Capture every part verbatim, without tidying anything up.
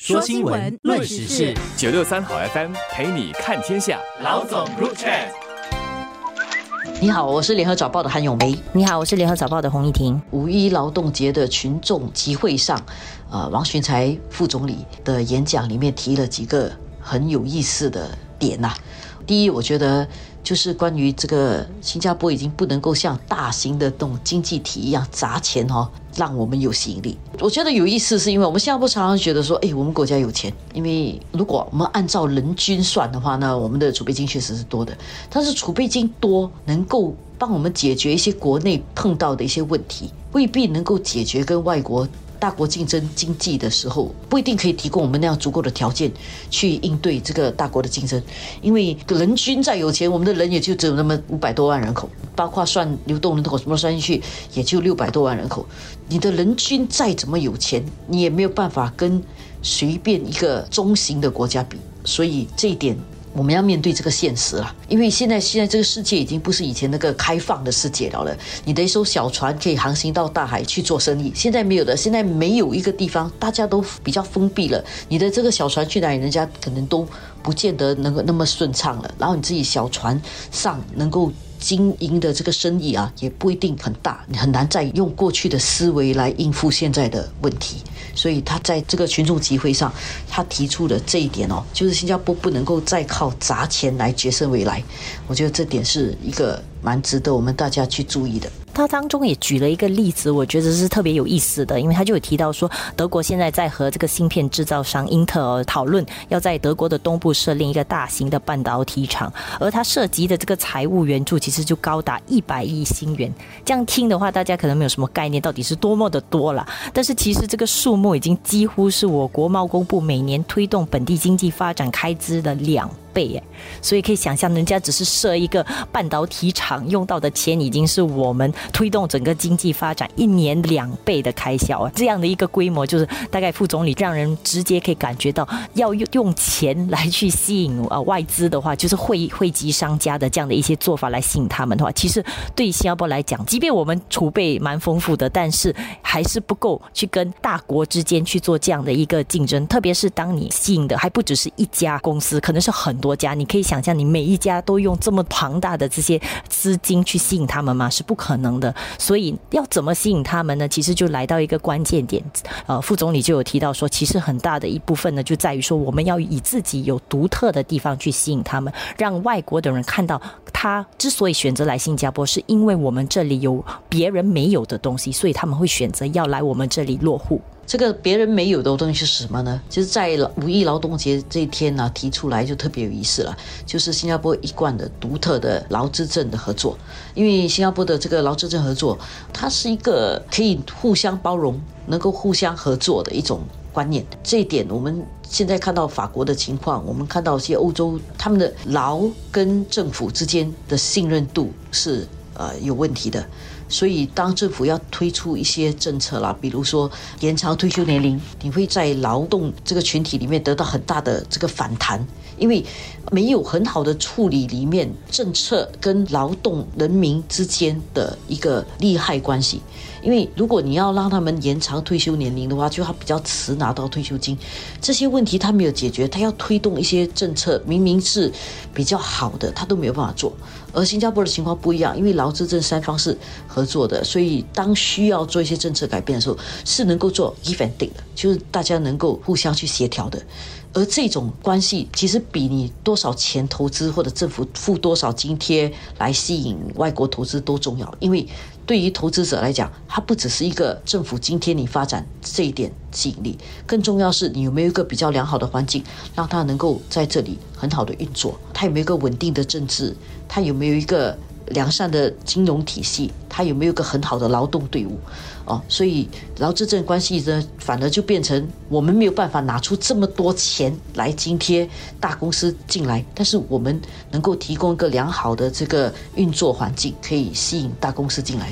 说新闻，论时事， 九六三好 F M 陪你看天下。 老总 Group Chat。 你好，我是联合早报的韩咏梅。 你好，我是联合早报的洪一婷。 五一劳动节的群众集会上，呃，王群才副总理的演讲里面提了几个很有意思的点呐、啊。第一，我觉得就是关于这个新加坡已经不能够像大型的这种经济体一样砸钱哦，让我们有吸引力。我觉得有意思是因为我们新加坡常常觉得说，哎，我们国家有钱，因为如果我们按照人均算的话呢，我们的储备金确实是多的，但是储备金多能够帮我们解决一些国内碰到的一些问题，未必能够解决跟外国大国竞争经济的时候，不一定可以提供我们那样足够的条件去应对这个大国的竞争。因为人均再有钱，我们的人也就只有那么五百多万人口，包括算流动人口什么算进去，也就六百多万人口。你的人均再怎么有钱，你也没有办法跟随便一个中型的国家比。所以这一点我们要面对这个现实啦，因为现在现在这个世界已经不是以前那个开放的世界了了。你的一艘小船可以航行到大海去做生意，现在没有的，现在没有一个地方，大家都比较封闭了。你的这个小船去哪里，人家可能都不见得能够那么顺畅了。然后你自己小船上能够经营的这个生意啊，也不一定很大，你很难再用过去的思维来应付现在的问题。所以他在这个群众集会上，他提出了这一点哦，就是新加坡不能够再靠砸钱来决胜未来。我觉得这点是一个蛮值得我们大家去注意的。 他当中也举了一个例子，我觉得是特别有意思的，因为他就有提到说，德国现在在和这个芯片制造商英特尔讨论，要在德国的东部设立一个大型的半导体厂，而它涉及的这个财务援助其实就高达一百亿新元。这样听的话，大家可能没有什么概念，到底是多么的多啦。但是其实这个数目已经几乎是我国贸工部每年推动本地经济发展开支的两倍耶，所以可以想象，人家只是设一个半导体厂用到的钱，已经是我们推动整个经济发展一年两倍的开销。这样的一个规模，就是大概副总理让人直接可以感觉到，要用钱来去吸引呃外资的话，就是汇汇集商家的这样的一些做法来吸引他们的话，其实对新加坡来讲，即便我们储备蛮丰富的，但是还是不够去跟大国之间去做这样的一个竞争。特别是当你吸引的还不只是一家公司，可能是很多家，你可以想象你每一家都用这么庞大的这些资金去吸引他们吗？是不可能的。所以要怎么吸引他们呢？其实就来到一个关键点，呃，副总理就有提到说，其实很大的一部分呢，就在于说我们要以自己有独特的地方去吸引他们，让外国的人看到他之所以选择来新加坡，是因为我们这里有别人没有的东西，所以他们会选择要来我们这里落户。 这个别人没有的东西是什么呢？就是在五一劳动节这一天呢、啊，提出来就特别有意思了，就是新加坡一贯的独特的劳资政的合作。因为新加坡的这个劳资政合作，它是一个可以互相包容、能够互相合作的一种观念。这一点我们现在看到法国的情况，我们看到一些欧洲他们的劳跟政府之间的信任度是呃有问题的。所以当政府要推出一些政策啦，比如说延长退休年龄，你会在劳动这个群体里面得到很大的这个反弹，因为没有很好的处理里面政策跟劳动人民之间的一个利害关系。因为如果你要让他们延长退休年龄的话，就他比较迟拿到退休金，这些问题他没有解决，他要推动一些政策，明明是比较好的，他都没有办法做。而新加坡的情况不一样，因为劳资政三方是合作的，所以当需要做一些政策改变的时候，是能够做 give and take 的，就是大家能够互相去协调的。而这种关系其实比你多少钱投资或者政府付多少津贴来吸引外国投资都重要。因为对于投资者来讲，它不只是一个政府津贴你发展这一点吸引力，更重要是你有没有一个比较良好的环境，让它能够在这里很好的运作，它有没有一个稳定的政治，它有没有一个良善的金融体系，它有没有一个很好的劳动队伍哦，所以劳资政关系呢，反而就变成我们没有办法拿出这么多钱来津贴大公司进来，但是我们能够提供一个良好的这个运作环境，可以吸引大公司进来做。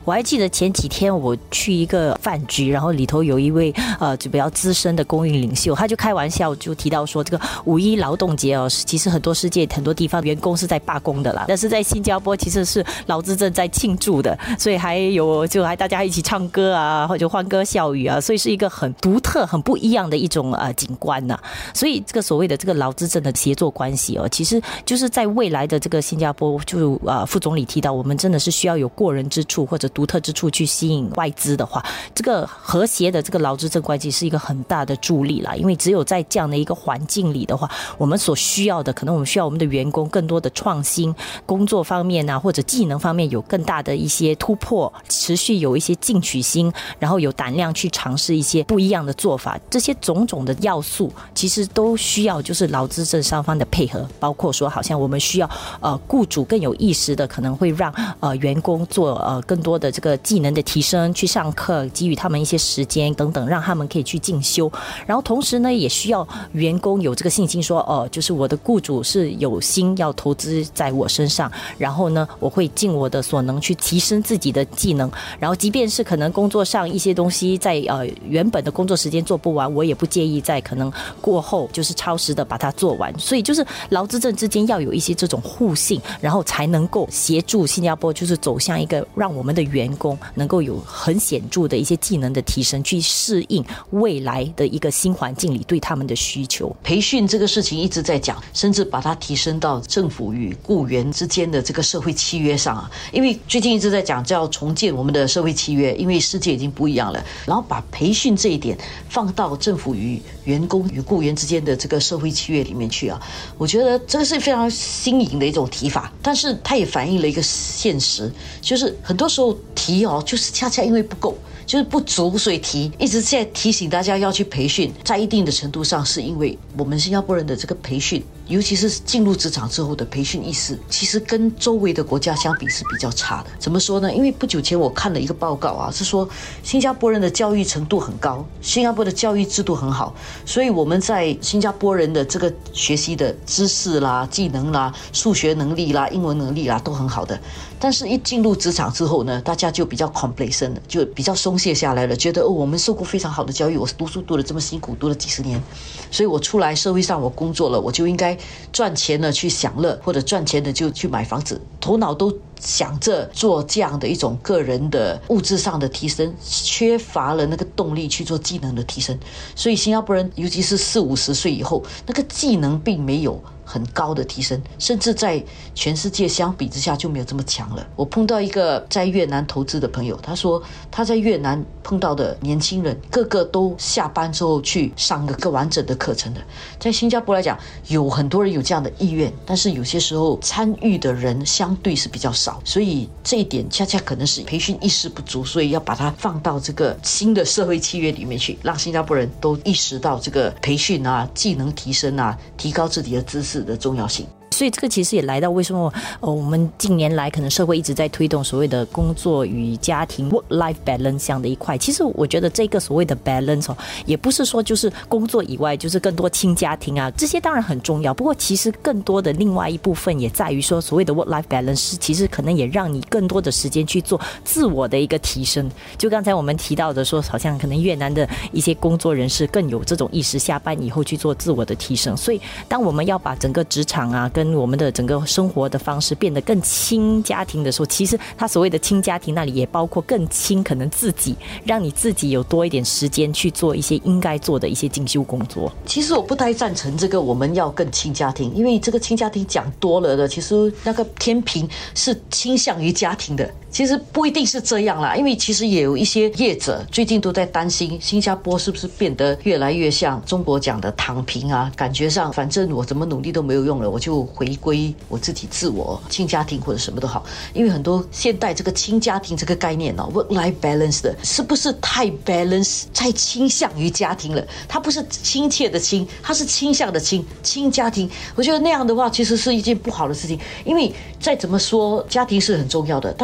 我还记得前几天我去一个饭局，然后里头有一位呃就比较资深的公运领袖，他就开玩笑就提到说，这个五一劳动节哦，其实很多世界很多地方员工是在罢工的啦，但是在新加坡其实是劳资政在庆祝的，所以还有就还大家一起唱歌啊，或者欢歌笑语啊，所以是一个很独特、很不一样的一种呃景观呐、啊。所以这个所谓的这个劳资政的协作关系哦，其实就是在未来的这个新加坡，就呃副总理提到，我们真的是需要有过人之处或者独特之处去吸引外资的话，这个和谐的这个劳资政关系是一个很大的助力啦。因为只有在这样的一个环境里的话，我们所需要的，可能我们需要我们的员工更多的创新，工作方面啊或者技能方面有更大的一些突破，持续有一些进取心，然后有胆量去尝试一些不一样的做法，这些种种的要素其实都需要就是劳资政双方的配合，包括说好像我们需要呃雇主更有意识的可能会让呃员工做呃更多的这个技能的提升，去上课，给予他们一些时间等等，让他们可以去进修。然后同时呢，也需要员工有这个信心说，哦、呃，就是我的雇主是有心要投资在我身上，然后呢，我会尽我的所能去提升自己的技能。然后即便是可能工作上一些东西在呃原本的工作时间做不完，我也不介意在可能过后就是超时的把它做完。所以就是劳资政之间要有一些这种互信，然后才能够协助新加坡就是走向一个让我们的员工能够有很显著的一些技能的提升，去适应未来的一个新环境里对他们的需求。 培训这个事情一直在讲，甚至把它提升到政府与雇员之间的这个社会契约上啊。因为最近一直在讲叫重建我们的社会契约，因为世界已经不一样了，然后把培训这一点放到政府与员工与雇员之间的这个社会契约里面去啊。我觉得这个是非常新颖的一种提法，但是它也反映了一个现实，就是很多时候提哦，就是恰恰因为不够，就是不足，所以提一直在提醒大家要去培训。在一定的程度上，是因为我们新加坡人的这个培训，尤其是进入职场之后的培训意识，其实跟周围的国家相比是比较差的。怎么说呢？因为不久前我看了一个报告啊，是说新加坡人的教育程度很高，新加坡的教育制度很好，所以我们在新加坡人的这个学习的知识啦、技能啦、数学能力啦、英文能力啦都很好的。但是一进入职场之后呢，大家就比较 complacent 了，就比较松懈下来了，觉得哦，我们受过非常好的教育，我读书读了这么辛苦，读了几十年，所以我出来社会上我工作了，我就应该赚钱了去享乐，或者赚钱的就去买房子，头脑都想着做这样的一种个人的物质上的提升，缺乏了那个动力去做技能的提升。所以新加坡人尤其是四五十岁以后，那个技能并没有很高的提升，甚至在全世界相比之下就没有这么强了。我碰到一个在越南投资的朋友，他说他在越南碰到的年轻人个个都下班之后去上个完整的课程的。在新加坡来讲，有很多人有这样的意愿，但是有些时候参与的人相对是比较少，所以这一点恰恰可能是培训意识不足，所以要把它放到这个新的社会契约里面去，让新加坡人都意识到这个培训啊、技能提升啊、提高自己的知识的重要性。 所以这个其实也来到为什么、哦、我们近年来可能社会一直在推动所谓的工作与家庭 work-life balance 这样的一块。其实我觉得这个所谓的 balance、哦、也不是说就是工作以外就是更多亲家庭啊，这些当然很重要，不过其实更多的另外一部分也在于说所谓的 work-life balance 其实可能也让你更多的时间去做自我的一个提升。就刚才我们提到的说，好像可能越南的一些工作人士更有这种意识，下班以后去做自我的提升。所以当我们要把整个职场啊跟我们的整个生活的方式变得更亲家庭的时候，其实他所谓的亲家庭那里也包括更亲可能自己，让你自己有多一点时间去做一些应该做的一些进修工作。 其实我不太赞成这个我们要更亲家庭，因为这个亲家庭讲多了的，其实那个天平是倾向于家庭的，其实不一定是这样啦。因为其实也有一些业者最近都在担心新加坡是不是变得越来越像中国讲的躺平啊，感觉上反正我怎么努力都没有用了，我就回归我自己自我亲家庭或者什么都好。因为很多现代这个亲家庭这个概念、哦、work-life balance 的是不是太 balance 太倾向于家庭了，它不是亲切的亲，它是倾向的亲亲家庭。我觉得那样的话其实是一件不好的事情，因为再怎么说家庭是很重要的，但是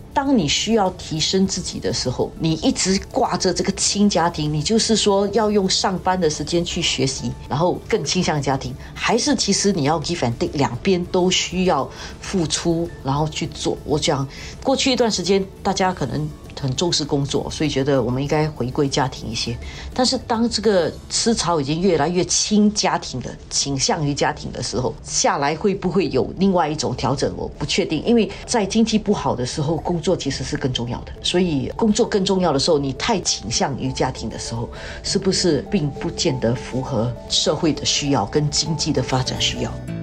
当你需要提升自己的时候，你一直挂着这个亲家庭，你就是说要用上班的时间去学习，然后更倾向家庭，还是其实你要 give and take， 两边都需要付出，然后去做。我讲过去一段时间，大家可能很重视工作，所以觉得我们应该回归家庭一些。但是当这个思潮已经越来越亲家庭的，倾向于家庭的时候，下来会不会有另外一种调整？我不确定，因为在经济不好的时候，工作其实是更重要的。所以工作更重要的时候，你太倾向于家庭的时候，是不是并不见得符合社会的需要跟经济的发展需要？